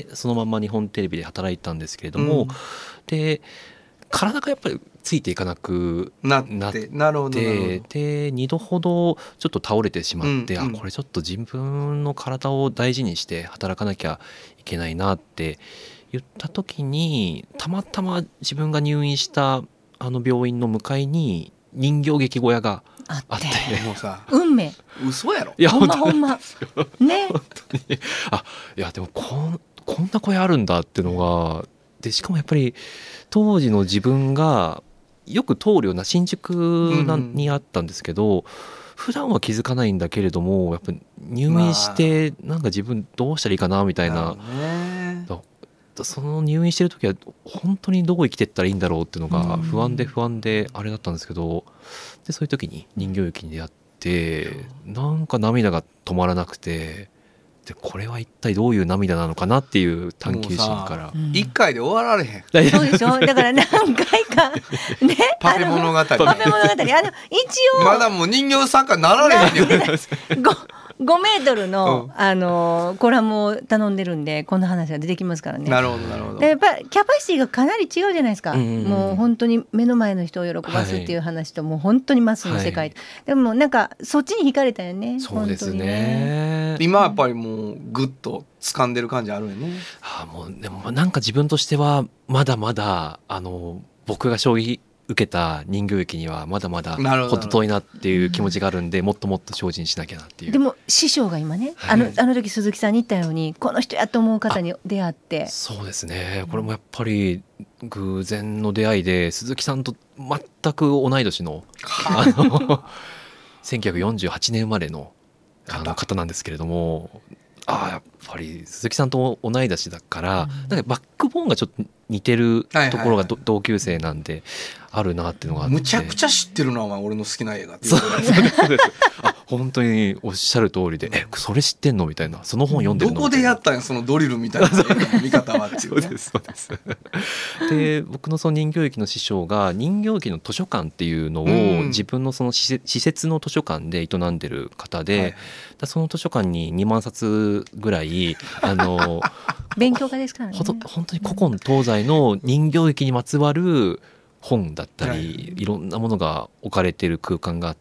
そのまま日本テレビで働いたんですけれども、うん、で体がやっぱりついていかなくなって、なってなるほどなるほど、でにどほどちょっと倒れてしまって、うんうん、あこれちょっと自分の体を大事にして働かなきゃいけないなって言った時に、たまたま自分が入院したあの病院の向かいに人形劇小屋があって、 もうさ運命嘘やろ、 いやほんまほんまね本当にあいやでもこんこんな小屋あるんだっていうのが、でしかもやっぱり当時の自分がよく通るような新宿なにあったんですけど、うん、普段は気づかないんだけれどもやっぱ入院してなんか自分どうしたらいいかなみたいな、まあ、その入院してる時は本当にどう生きていったらいいんだろうっていうのが不安で不安であれだったんですけど、でそういう時に人形劇に出会ってなんか涙が止まらなくて、でこれは一体どういう涙なのかなっていう探求心から一回で終わられへん、 そうでしょ、だから何回かねパフェ物語パフェ物語あの一応まだもう人形作家なられへんよごメートルの、うん、あのコラムを頼んでるんでこの話が出てきますからね。 なるほどなるほど。 でやっぱキャパシティがかなり違うじゃないですか、うんうんうん、もう本当に目の前の人を喜ばすっていう話と、はい、もう本当にマスの世界、はい、でもなんかそっちに惹かれたよね。 そうですね。 今やっぱりもうグッと掴んでる感じあるよね。 はあ、もうでもなんか自分としてはまだまだあの僕が将棋受けた人形劇にはまだまだ程遠いなっていう気持ちがあるんで、もっともっと精進しなきゃなっていう。 でも師匠が今ね、はい、あのあの時鈴木さんに言ったようにこの人やと思う方に出会って。 そうですね、これもやっぱり偶然の出会いで、鈴木さんと全く同い年のあのせんきゅうひゃくよんじゅうはちねん生まれのあの方なんですけれども、あやっぱり鈴木さんと同い年だから、うん、なんかバックボーンがちょっと似てるところが同級生なんであるなっていうのがあって、 むちゃくちゃ知ってるなお前俺の好きな映画っていう。 そうですあ本当におっしゃる通りで、えそれ知ってんのみたいな、その本読んでるのどこでやったんやそのドリルみたいな見方はっていう、ね、 そうですそうですで僕のその人形劇の師匠が人形劇の図書館っていうのを自分のその施設の図書館で営んでる方で、はい、だその図書館ににまんさつぐらいあの勉強家ですからね。 ほと本当に古今東西の人形劇にまつわる本だったり、はい、いろんなものが置かれている空間があって、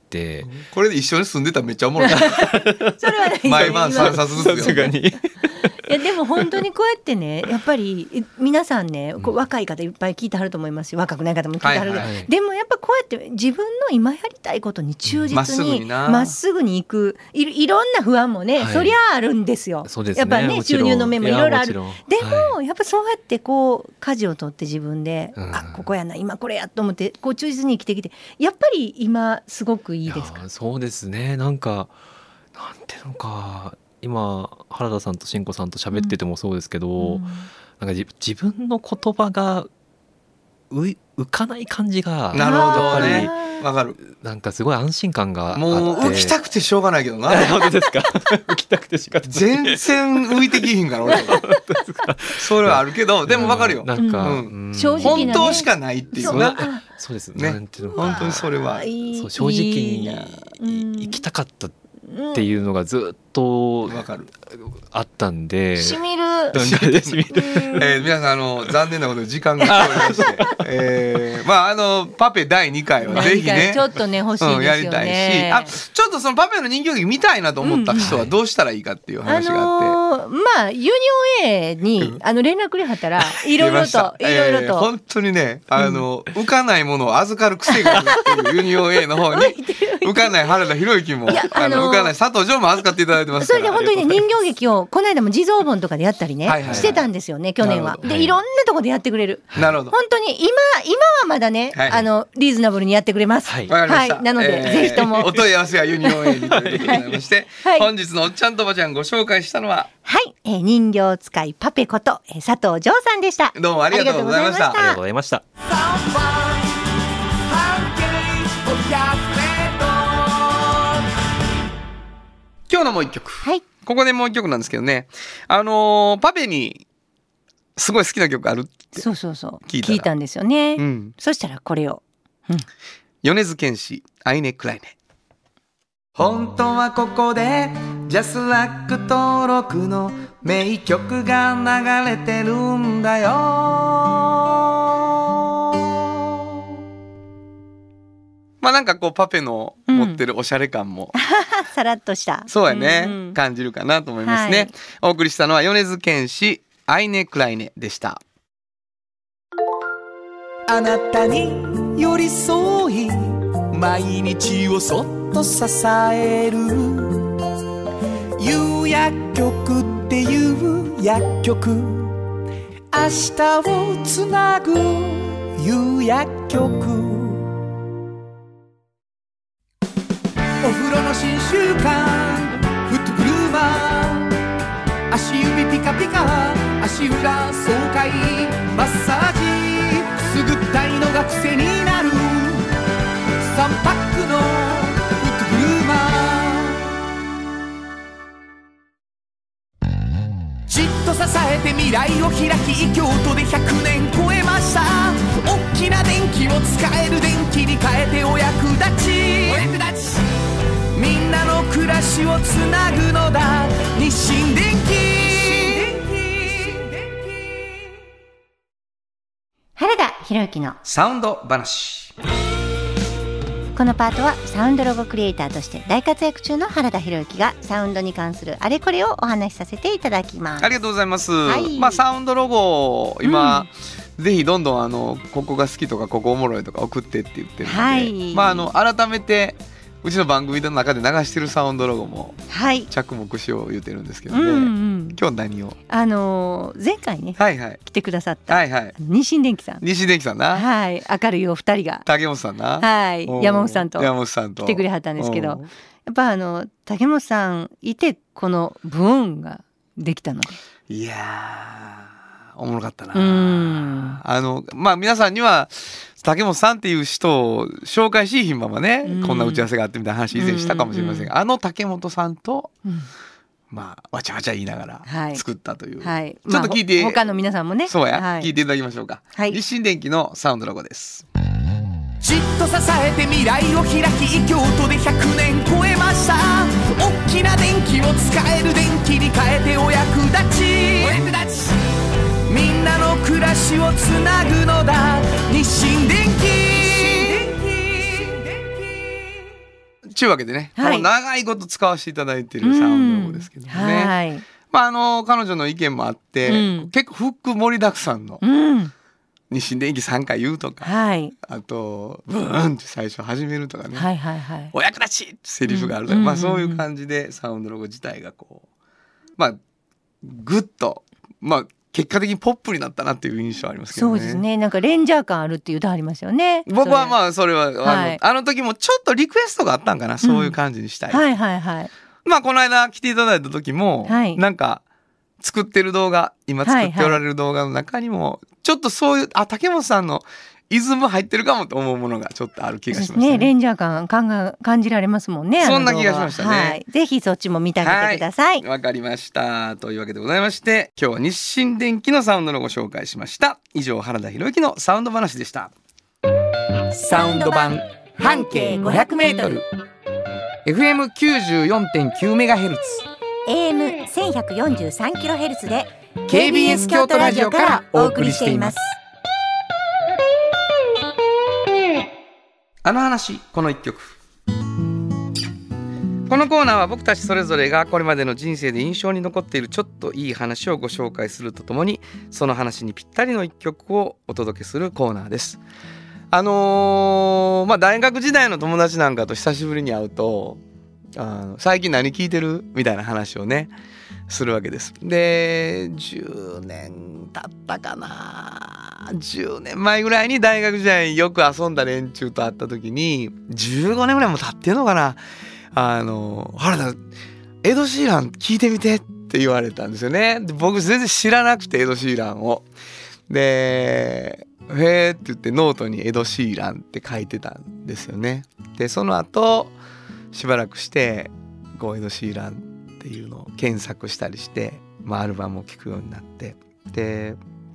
これで一緒に住んでたらめっちゃおもろいそれはないですよ毎晩さんさつずつよにいやでも本当にこうやってねやっぱり皆さんねこう若い方いっぱい聞いてはると思いますし、若くない方も聞いてはる、はいはい、でもやっぱこうやって自分の今やりたいことに忠実にまっすぐに行く い, いろんな不安もね、はい、そりゃあるんですよ。 そうですね、 やっぱね収入の面もいろいろある。でも、 はい、 やっぱそうやってこう舵を取って自分で、うん、あここやな今これやと思ってこう忠実に生きてきて、やっぱり今すごくいいですか。 いそうですね、なんかなんていうのか今原田さんと慎吾さんと喋っててもそうですけど、うん、なんか自分の言葉が浮かない感じがなるほどね、わかる。 なんかすごい安心感があって、 もう浮きたくてしょうがないけどな本当ですか浮きたくて仕方ない全然浮いてきひんから俺それはあるけど、でもわかるよ、 なんか、 うん、正直な、ね、本当しかないっていうな。 そうですね、なんていうの本当にそれはそう正直に生きたかったっていうのがずっとあったんで、 しみるしみる、 えー、皆さんあの残念なことで時間が来ておりまして、えー、まああのパペだいにかいはぜひねちょっとね欲しいですよね、うん、やりたいし、 あちょっとそのパペの人形劇見たいなと思った人はどうしたらいいかっていう話があって、うんあのー、まあユニオン A にあの連絡くれはったらいろいろといろいろと、えー、 本当にねあの、うん、浮かないものを預かる癖があるっていうユニオン A の方に浮かない原田博之もあの浮かない佐藤城も預かっていただいてますから。 それで本当にね人形劇をこの間も地蔵盆とかでやったりねはいはい、はい、してたんですよね去年は。でいろんなとこでやってくれる。 なるほど。 本当に今今はまだね、はい、あのリーズナブルにやってくれます。はい、 わかりました。 はい、なので、えー、ぜひともお問い合わせはユニオン A にということでございまして、はい、本日のおっちゃんとおばちゃんご紹介したのははい、えー、人形使いパペこと、えー、佐藤城さんでした。 どうもありがとうございました。 ありがとうございました。 今日のもう一曲、 はい、 ここでもう一曲なんですけどね、あのー、パペにすごい好きな曲あるってそうそうそう聞いたら聞いたんですよね、 うん、 そしたらこれを、うん、 米津玄師アイネクライネ。 本当はここでジャスラック登録の名曲が流れてるんだよ。 まあなんかこうパペの持ってるおしゃれ感も、うん、 さらっとしたそうやね、 うんうん、 感じるかなと思いますね、はい、お送りしたのは米津玄師アイネクライネでした。 あなたに寄り添い毎日をそっと支える有薬局っていう薬局、明日をつなぐ有薬局。お風呂の新習慣フットグルーマー、足指ピカピカ足裏爽快マッサージくすぐったいのが癖になるさんパックのフットグルーマー、じっと支えて未来を開き京都でひゃくねん超えました。大きな電気を使える電気に変えてお役立ち、お役立ちみんなの暮らしをつなぐのだ日清電気。 原田博之のサウンド話。 このパートはサウンドロゴクリエイターとして大活躍中の原田博之がサウンドに関するあれこれをお話しさせていただきます。 ありがとうございます、 はい、 まあ、サウンドロゴ今、うん、ぜひどんどんあのここが好きとかここおもろいとか送ってって言ってるので、はい、まあ、あの改めてうちの番組の中で流してるサウンドロゴも着目しよう言うてるんですけどね、はい、うんうん、今日何を、 あのー、前回ね、はいはい、来てくださった、はいはい、日清電機さん日清電機さんな、 はい、明るいお二人が竹本さんな、 はい、山本さんと山本さんと来てくれはったんですけど、やっぱあの竹本さんいてこのブーンができたので、 いやーおもろかったな。うん、あのまあ皆さんには竹本さんっていう人を紹介しいひんままね、うん、こんな打ち合わせがあってみたいな話以前したかもしれませんが、うんうん、あの竹本さんと、うん、まあわちゃわちゃ言いながら作ったという、はいはい、ちょっと聞いて、 まあ、他の皆さんもね、 そうや、 はい、 聞いていただきましょうか、はい、日清電機のサウンドロゴです。 じっと支えて未来を開き京都でひゃくねん超えました。大きな電気を使える電気に変えてお役立ち、お役立ちみんなの暮らしをつなぐのだ日清電気。 ちゅうわけでね、はい、もう長いこと使わせていただいているサウンドロゴですけどね、はい、まあ、あの彼女の意見もあって、うん、結構フック盛りだくさんの、うん、日清電機さんかい言うとか、はい、あとブーンって最初始めるとかね、はいはいはい、お役立ちってセリフがあるとか、うん、まあ、そういう感じでサウンドロゴ自体がこうまあグッとまあ結果的にポップになったなっていう印象ありますけどね。 そうですね。なんかレンジャー感あるっていう歌ありますよね。 僕はまあそれはあの、はい、あの時もちょっとリクエストがあったんかな、そういう感じにしたい、 うん、はいはいはい。 まあこの間来ていただいた時も、はい、なんか作ってる動画今作っておられる動画の中にもちょっとそういうあ竹本さんのイズム入ってるかもと思うものがちょっとある気がしました ね, ねレンジャー感感が感じられますもんね。 そんな気がしましたね、はい、 ぜひそっちも見てあげてください。 わ、はい、かりました。というわけでございまして今日は日清電機のサウンドのご紹介しました。以上原田博之のサウンド話でした。 サウンド版半径 ごひゃくメートル エフエムきゅうじゅうよんてんきゅうメガヘルツエーエムせんひゃくよんじゅうさんキロヘルツ でケービーエス 京都ラジオからお送りしています。 あの話この一曲。このコーナーは僕たちそれぞれがこれまでの人生で印象に残っているちょっといい話をご紹介するとともにその話にぴったりの一曲をお届けするコーナーです。あのー、まあ大学時代の友達なんかと久しぶりに会うとあの最近何聞いてるみたいな話をねするわけです。でじゅうねん経ったかな、じゅうねんまえぐらいに大学時代よく遊んだ連中と会った時にじゅうごねんぐらいも経ってんのかな、あの原田エド・シーラン聞いてみてって言われたんですよね。で僕全然知らなくてエド・シーランをでへーって言ってノートにエド・シーランって書いてたんですよね。でその後しばらくしてこうエド・シーランっていうのを検索したりして、まあ、アルバムを聴くようになってで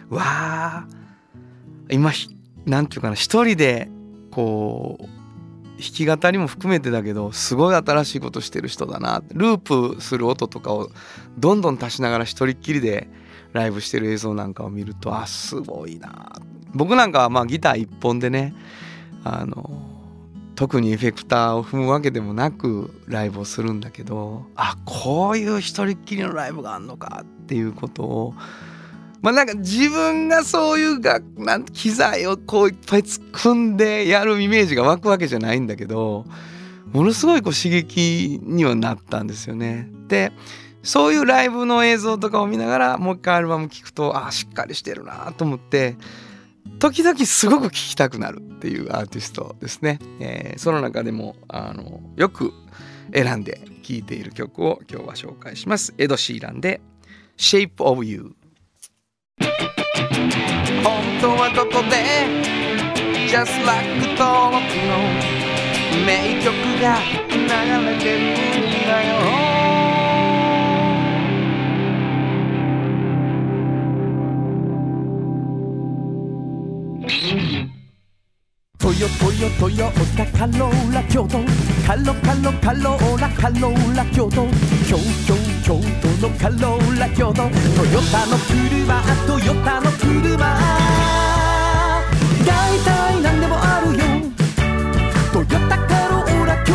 わあ今なんていうかな一人でこう弾き語りも含めてだけどすごい新しいことしてる人だな。ループする音とかをどんどん足しながら一人っきりでライブしてる映像なんかを見るとあすごいな。僕なんかはまあギター一本でねあの特にエフェクターを踏むわけでもなくライブをするんだけどあこういう一人っきりのライブがあんのかっていうことをまあなんか自分がそういうがなん機材をこういっぱい突っ込んでやるイメージが湧くわけじゃないんだけどものすごいこう刺激にはなったんですよね。でそういうライブの映像とかを見ながらもう一回アルバム聴くとあしっかりしてるなと思って時々すごく聴きたくなるっていうアーティストですね。えー、その中でもあのよく選んで聴いている曲を今日は紹介します。エド・シーランで Shape of You。本当はここで Just Like 登録の名曲が流れてるんだよ。 トヨトヨトヨタカローラ京都カロカロカローラカローラ京都京京京都のカローラ京都トヨタの車トヨタの車だいたいなんでもあるよトヨタカローラ京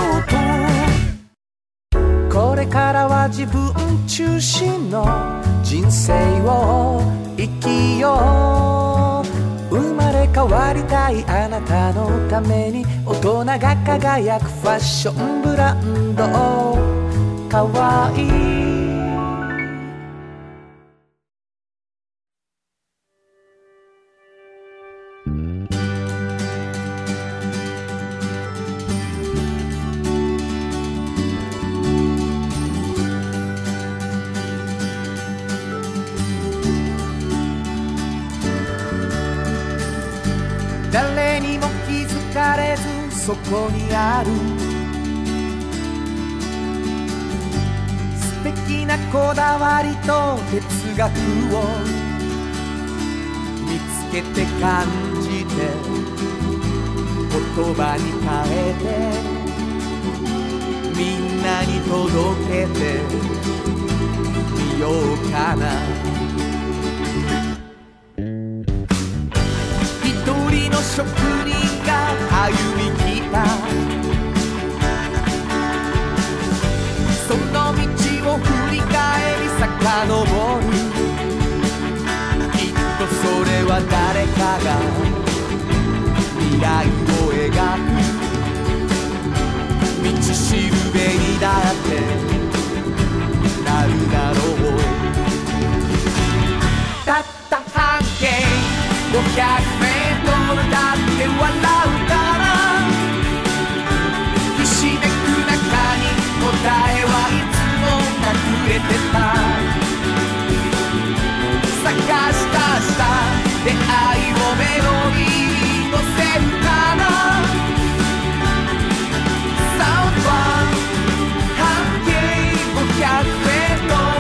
都これからは自分中心の人生を生きよう生まれ変わりたいあなたのために大人が輝くファッションブランドかわいい誰にも気づかれずそこにある素敵なこだわりと哲学を見つけて感じて言葉に変えてみんなに届けてみようかな職人が歩み来たその道を振り返り遡るきっとそれは誰かが未来を描く道しるべにだってなるだろうたった半径ごひゃくメートルだって笑うからひしめく中に答えはいつも隠れてた探し出した出会いをメロディーに乗せるかなサウンドは半径ごひゃくメートル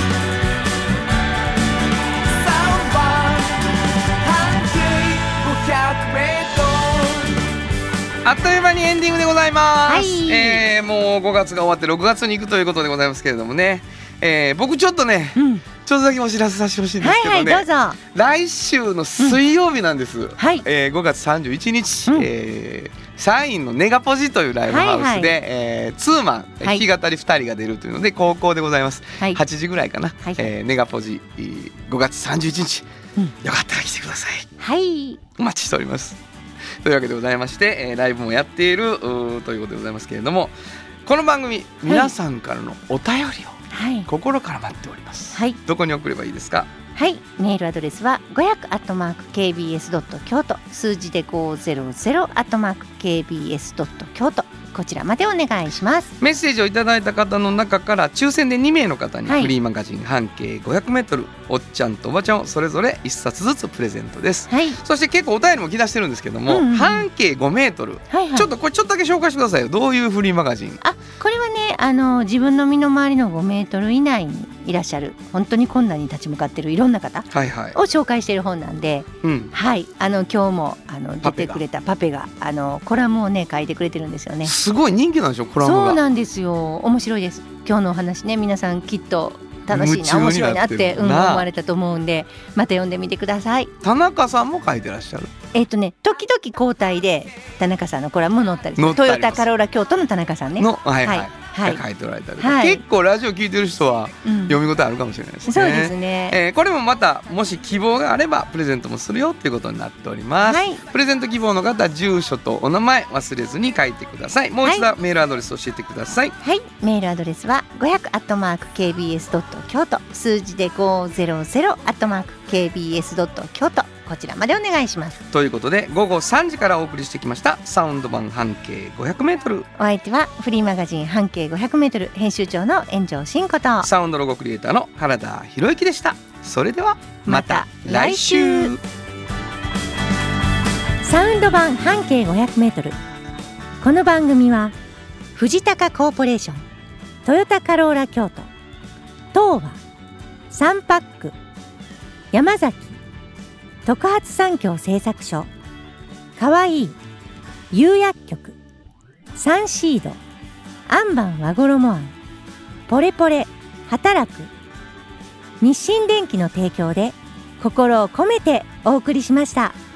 あっという間にエンディングでございます、はいえー、もうごがつが終わってろくがつに行くということでございますけれどもね、えー、僕ちょっとね、うん、ちょっとだけお知らせさせてほしいんですけどね、はいはい、どうぞ来週の水曜日なんです、うんはいえー、ごがつさんじゅういちにち、うんえー、サインのネガポジというライブハウスで、はいはいえー、ツーマン弾き語りふたりが出るというので高校でございます、はい、はちじぐらいかな、はいえー、ネガポジごがつさんじゅういちにち、うん、よかったら来てください、はい、お待ちしておりますというわけでございまして、えー、ライブもやっているということでございますけれどもこの番組皆さんからのお便りを、はい、心から待っております、はい、どこに送ればいいですか。 はいメールアドレスはごひゃくアットマークケービーエスドット京都数字でごひゃくアットマークケービーエスドット京都こちらまでお願いします。 メッセージをいただいた方の中から抽選でにめいの方にフリーマガジン半径ごひゃくメートルおっちゃんとおばちゃんをそれぞれいっさつずつプレゼントです、はい、そして結構お便りも来だしてるんですけども、うんうん、半径ごメートル、はいはい、ちょっとこれちょっとだけ紹介してくださいよ。どういうフリーマガジン。 あこれはねあの自分の身の回りのごメートル以内にいらっしゃる本当に困難に立ち向かっているいろんな方を紹介している本なんで、はいはいはい、あの今日もあの出てくれたパペがあのコラムをね書いてくれてるんですよね。 すごい人気なんでしょコラムが。 そうなんですよ、面白いです。今日のお話ね皆さんきっと楽しいな面白いなって、うん、思われたと思うんでまた読んでみてください。 田中さんも書いてらっしゃる。 えっとね時々交代で田中さんのコラムも載ったりする。トヨタカローラ京都の田中さんねの、はいはいはい、書いておられたり、はい、結構ラジオ聞いてる人は読み応えあるかもしれないですね、うん、 そうですね、 えー、これもまたもし希望があればプレゼントもするよっていうことになっております、はい、プレゼント希望の方住所とお名前忘れずに書いてください。もう一度、はい、メールアドレス教えてください。 はい、メールアドレスはごひゃくアットマーク ケービーエスドット京都数字でごひゃくアットマーク ケービーエスドット京都こちらまでお願いします。 ということで午後さんじからお送りしてきましたサウンド版半径ごひゃくメートル。 お相手はフリーマガジン半径ごひゃくメートル編集長の炎上真子とサウンドロゴクリエイターの原田博之でした。それではまた来週。 サウンド版半径ごひゃくメートル。この番組は藤高コーポレーション、トヨタカローラ京都、東和、サンパック、山崎、特発産業製作所、かわいい、釉薬局、サンシード、アンバン和衣あん、ポレポレ、働く、日清電機の提供で心を込めてお送りしました。